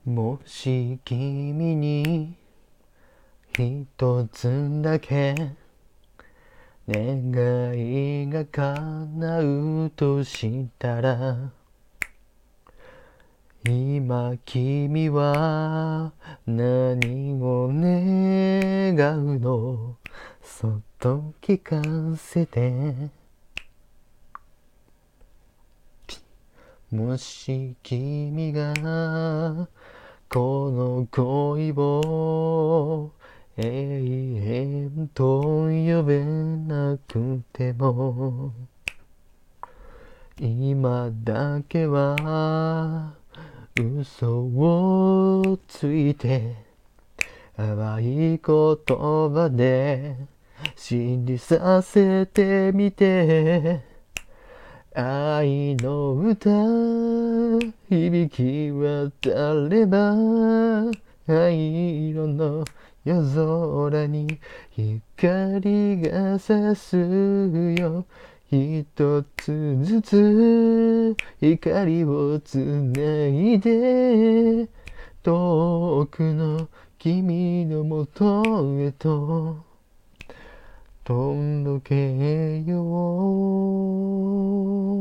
もし君に一つだけ願いが叶うとしたら、今君は何を願うの？そっと聞かせて。もし君がこの恋を永遠と呼べなくても、今だけは嘘をついて淡い言葉で信じさせてみて。愛の歌響き渡れば、灰色の夜空に光が差すよ。一つずつ光をつないで、遠くの君のもとへと届けよう。